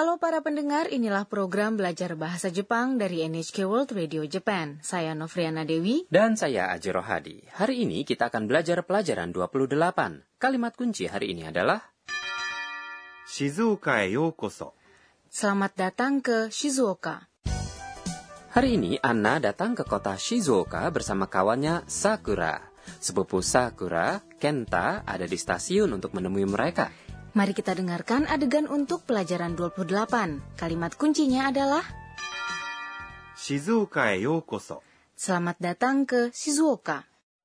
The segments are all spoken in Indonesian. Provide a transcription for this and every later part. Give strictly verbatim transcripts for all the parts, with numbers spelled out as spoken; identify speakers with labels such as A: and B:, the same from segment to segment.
A: Halo para pendengar, inilah program belajar bahasa Jepang dari N H K World Radio Japan. Saya Novriana Dewi.
B: Dan saya Aji Rohadi. Hari ini kita akan belajar pelajaran dua puluh delapan. Kalimat kunci hari ini adalah
C: Shizuoka e youkoso.
A: Selamat datang ke Shizuoka.
B: Hari ini Anna datang ke kota Shizuoka bersama kawannya Sakura. Sepupu Sakura, Kenta, ada di stasiun untuk menemui mereka.
A: Mari kita dengarkan adegan untuk pelajaran dua puluh delapan. Kalimat kuncinya adalah
C: Shizuoka e youkoso.
A: Selamat datang ke Shizuoka.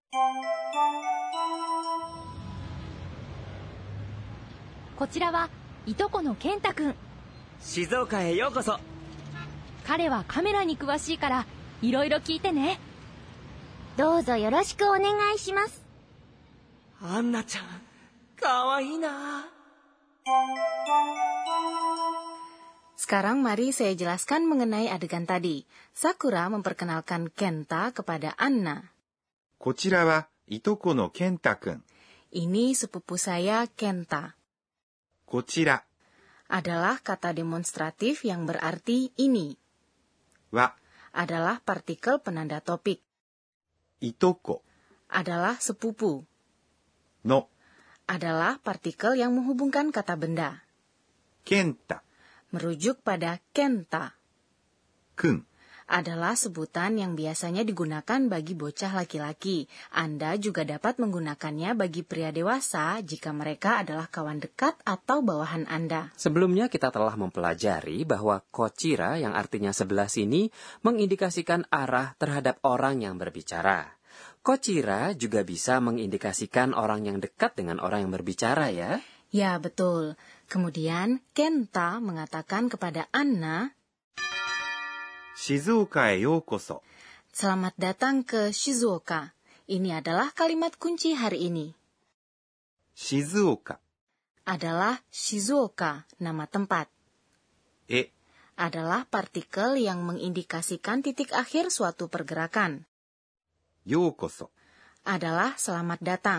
D: Kochira wa itoko no Kenta kun.
E: 静岡へようこそ。
D: 彼はカメラに詳しいからいろいろ聞いてね。
F: どうぞよろしくお願いします。
E: アンナちゃん、かわいいな。
A: Sekarang mari saya jelaskan mengenai adegan tadi. Sakura memperkenalkan Kenta kepada Anna.
C: こちらはいとこのケンタくん。
A: Ini sepupu saya Kenta.
C: こちら
A: Adalah kata demonstratif yang berarti ini.
C: は
A: Adalah partikel penanda topik.
C: いとこ
A: Adalah sepupu.
C: の
A: Adalah partikel yang menghubungkan kata benda.
C: ケンタ
A: Merujuk pada Kenta.
C: くん
A: Adalah sebutan yang biasanya digunakan bagi bocah laki-laki. Anda juga dapat menggunakannya bagi pria dewasa jika mereka adalah kawan dekat atau bawahan Anda.
B: Sebelumnya kita telah mempelajari bahwa kochira yang artinya sebelah sini mengindikasikan arah terhadap orang yang berbicara. Kochira juga bisa mengindikasikan orang yang dekat dengan orang yang berbicara ya.
A: Ya, betul. Kemudian Kenta mengatakan kepada Anna,
C: 静岡へようこそ。
A: Selamat datang ke Shizuoka. Ini adalah kalimat kunci hari ini.
C: 静岡
A: Adalah Shizuoka, nama tempat.
C: へ
A: Adalah partikel yang mengindikasikan titik akhir suatu pergerakan.
C: ようこそ。
A: Adalah selamat datang.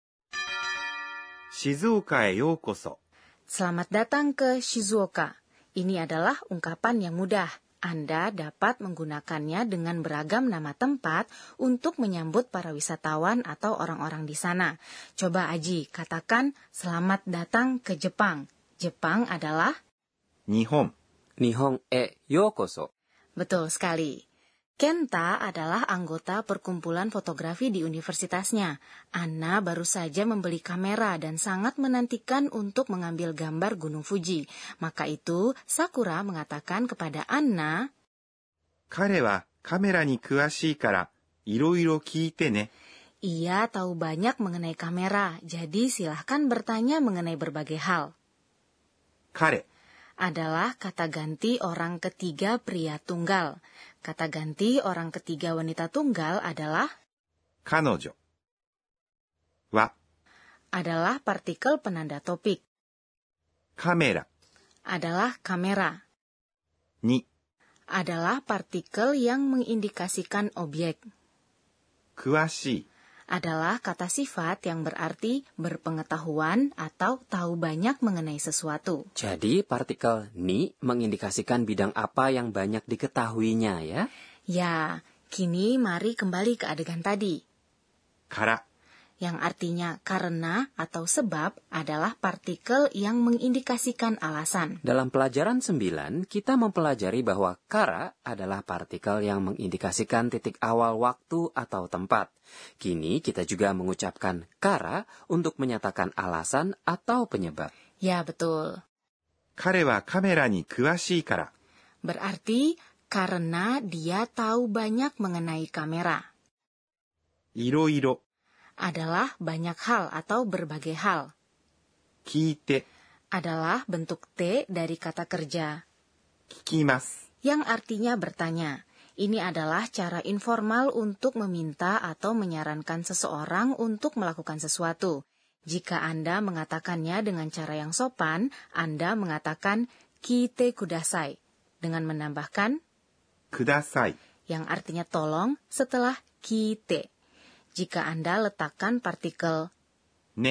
C: 静岡へようこそ。
A: Selamat datang ke Shizuoka. Ini adalah ungkapan yang mudah. Anda dapat menggunakannya dengan beragam nama tempat untuk menyambut para wisatawan atau orang-orang di sana. Coba Aji, katakan selamat datang ke Jepang. Jepang adalah?
C: 日本
B: Nihon e yokoso.
A: Betul sekali. Kenta adalah anggota perkumpulan fotografi di universitasnya. Anna baru saja membeli kamera dan sangat menantikan untuk mengambil gambar Gunung Fuji. Maka itu, Sakura mengatakan kepada Anna,
C: 彼はカメラに詳しいからいろいろ聞いてね。
A: ia tahu banyak mengenai kamera, jadi silahkan bertanya mengenai berbagai hal.
C: 彼
A: Adalah kata ganti orang ketiga pria tunggal. Kata ganti orang ketiga wanita tunggal adalah
C: 彼女は
A: adalah partikel penanda topik.
C: カメラ
A: Adalah kamera.
C: に
A: Adalah partikel yang mengindikasikan objek.
C: 詳しい
A: Adalah kata sifat yang berarti berpengetahuan atau tahu banyak mengenai sesuatu.
B: Jadi partikel ni mengindikasikan bidang apa yang banyak diketahuinya ya.
A: Ya, kini mari kembali ke adegan tadi.
C: から
A: Yang artinya karena atau sebab adalah partikel yang mengindikasikan alasan.
B: Dalam pelajaran sembilan, kita mempelajari bahwa kara adalah partikel yang mengindikasikan titik awal waktu atau tempat. Kini kita juga mengucapkan kara untuk menyatakan alasan atau penyebab.
A: Ya, betul.
C: 彼はカメラに詳しいから
A: Berarti karena dia tahu banyak mengenai kamera.
C: いろいろ
A: Adalah banyak hal atau berbagai hal.
C: 聞いて
A: Adalah bentuk T dari kata kerja.
C: 聞きます
A: Yang artinya bertanya. Ini adalah cara informal untuk meminta atau menyarankan seseorang untuk melakukan sesuatu. Jika Anda mengatakannya dengan cara yang sopan, Anda mengatakan kite kudasai dengan menambahkan
C: ください
A: yang artinya tolong setelah kite. Jika Anda letakkan partikel
C: ね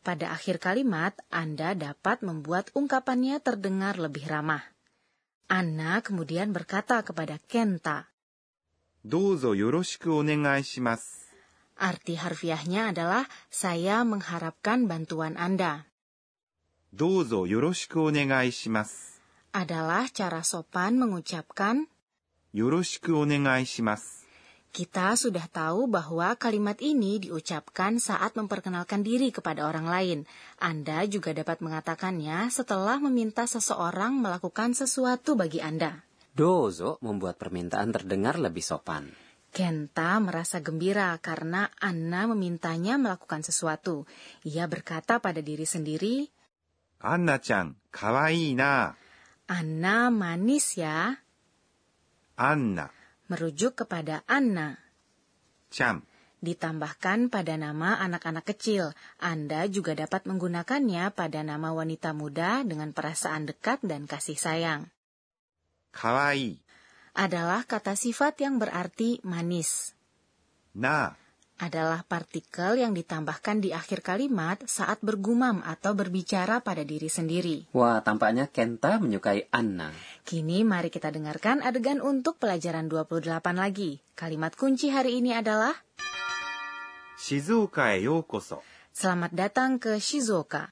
A: Pada akhir kalimat, Anda dapat membuat ungkapannya terdengar lebih ramah. Anna kemudian berkata kepada Kenta.
C: どうぞよろしくお願いします。
A: Arti harfiahnya adalah saya mengharapkan bantuan Anda.
C: どうぞよろしくお願いします。
A: Adalah cara sopan mengucapkan
C: よろしくお願いします。
A: Kita sudah tahu bahwa kalimat ini diucapkan saat memperkenalkan diri kepada orang lain. Anda juga dapat mengatakannya setelah meminta seseorang melakukan sesuatu bagi Anda.
B: Dozo membuat permintaan terdengar lebih sopan.
A: Kenta merasa gembira karena Anna memintanya melakukan sesuatu. Ia berkata pada diri sendiri,
C: アンナちゃん、かわいいな。
A: Anna manis ya.
C: アンナ、
A: Merujuk kepada Anna.
C: ちゃん、
A: Ditambahkan pada nama anak-anak kecil. Anda juga dapat menggunakannya pada nama wanita muda dengan perasaan dekat dan kasih sayang.
C: かわいい。
A: Adalah kata sifat yang berarti manis.
C: なあ、
A: Adalah partikel yang ditambahkan di akhir kalimat saat bergumam atau berbicara pada diri sendiri.
B: Wah, tampaknya Kenta menyukai Anna.
A: Kini mari kita dengarkan adegan untuk pelajaran dua puluh delapan lagi. Kalimat kunci hari ini adalah
C: 静岡へようこそ。
A: Selamat datang ke Shizuoka.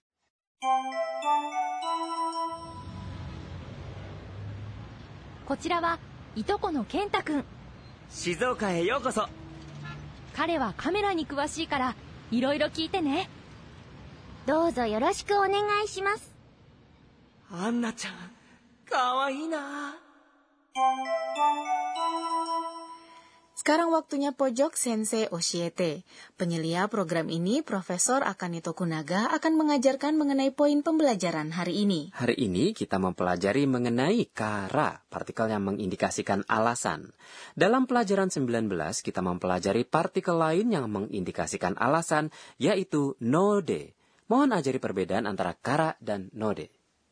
D: Kochira wa Itoko no Kenta kun.
E: 静岡へようこそ。
D: 彼はカメラに詳しいからいろいろ聞いてね。
F: どうぞよろしくお願いします。
E: アンナちゃん、かわいいな。
A: Sekarang waktunya pojok Sensei Oshiete. Penyelia program ini, Profesor Akane Tokunaga akan mengajarkan mengenai poin pembelajaran hari ini.
B: Hari ini kita mempelajari mengenai kara, partikel yang mengindikasikan alasan. Dalam pelajaran sembilan belas, kita mempelajari partikel lain yang mengindikasikan alasan, yaitu node. Mohon ajari perbedaan antara kara dan node.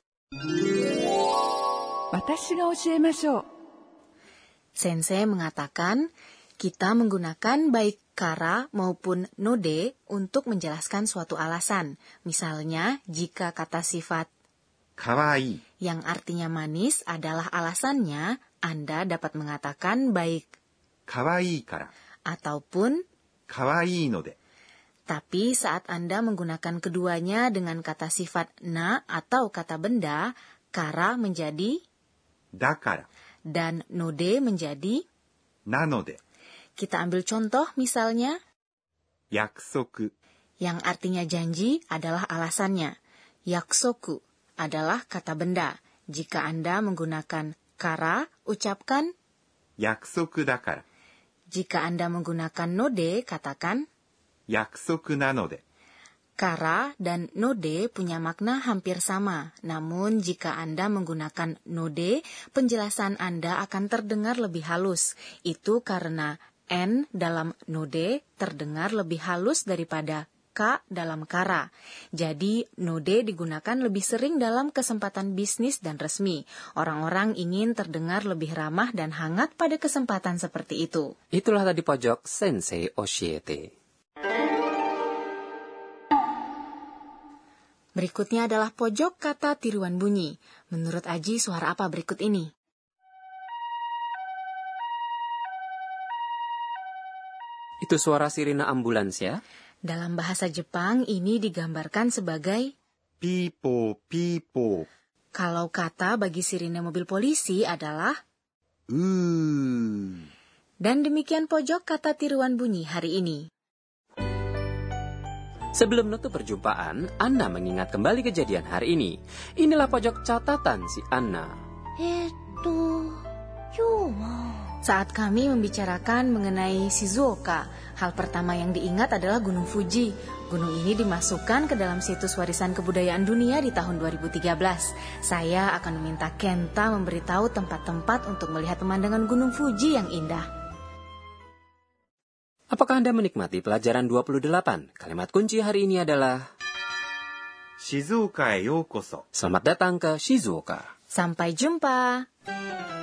G: 私が教えましょう。
A: Sensei mengatakan, kita menggunakan baik kara maupun node untuk menjelaskan suatu alasan. Misalnya, jika kata sifat
C: かわいい。
A: yang artinya manis adalah alasannya, Anda dapat mengatakan baik
C: かわいいから。
A: ataupun
C: かわいいので。
A: tapi saat Anda menggunakan keduanya dengan kata sifat na atau kata benda, kara menjadi
C: だから。
A: dan node menjadi.
C: なので。
A: Kita ambil contoh misalnya,
C: 約束。
A: yang artinya janji adalah alasannya. Yaksoku adalah kata benda. Jika Anda menggunakan kara, ucapkan.
C: 約束だから。
A: Jika Anda menggunakan node, katakan.
C: 約束なので。
A: Kara dan node punya makna hampir sama. Namun jika Anda menggunakan node, penjelasan Anda akan terdengar lebih halus. Itu karena N dalam node terdengar lebih halus daripada K dalam kara. Jadi, node digunakan lebih sering dalam kesempatan bisnis dan resmi. Orang-orang ingin terdengar lebih ramah dan hangat pada kesempatan seperti itu.
B: Itulah tadi pojok Sensei Oshiete.
A: Berikutnya adalah pojok kata tiruan bunyi. Menurut Aji, suara apa berikut ini?
B: Itu suara sirine ambulans ya?
A: Dalam bahasa Jepang, ini digambarkan sebagai
C: ピーポーピーポー。
A: kalau kata bagi sirine mobil polisi adalah
C: うー。
A: dan demikian pojok kata tiruan bunyi hari ini.
B: Sebelum nutup perjumpaan, Anna mengingat kembali kejadian hari ini. Inilah pojok catatan si Anna.
F: えーっと、今日は
A: Saat kami membicarakan mengenai Shizuoka, hal pertama yang diingat adalah Gunung Fuji. Gunung ini dimasukkan ke dalam situs warisan kebudayaan dunia di tahun dua ribu tiga belas. Saya akan meminta Kenta memberitahu tempat-tempat untuk melihat pemandangan Gunung Fuji yang indah.
B: Apakah Anda menikmati pelajaran dua puluh delapan? Kalimat kunci hari ini adalah
C: 静岡へようこそ。
B: Selamat datang ke Shizuoka.
A: Sampai jumpa!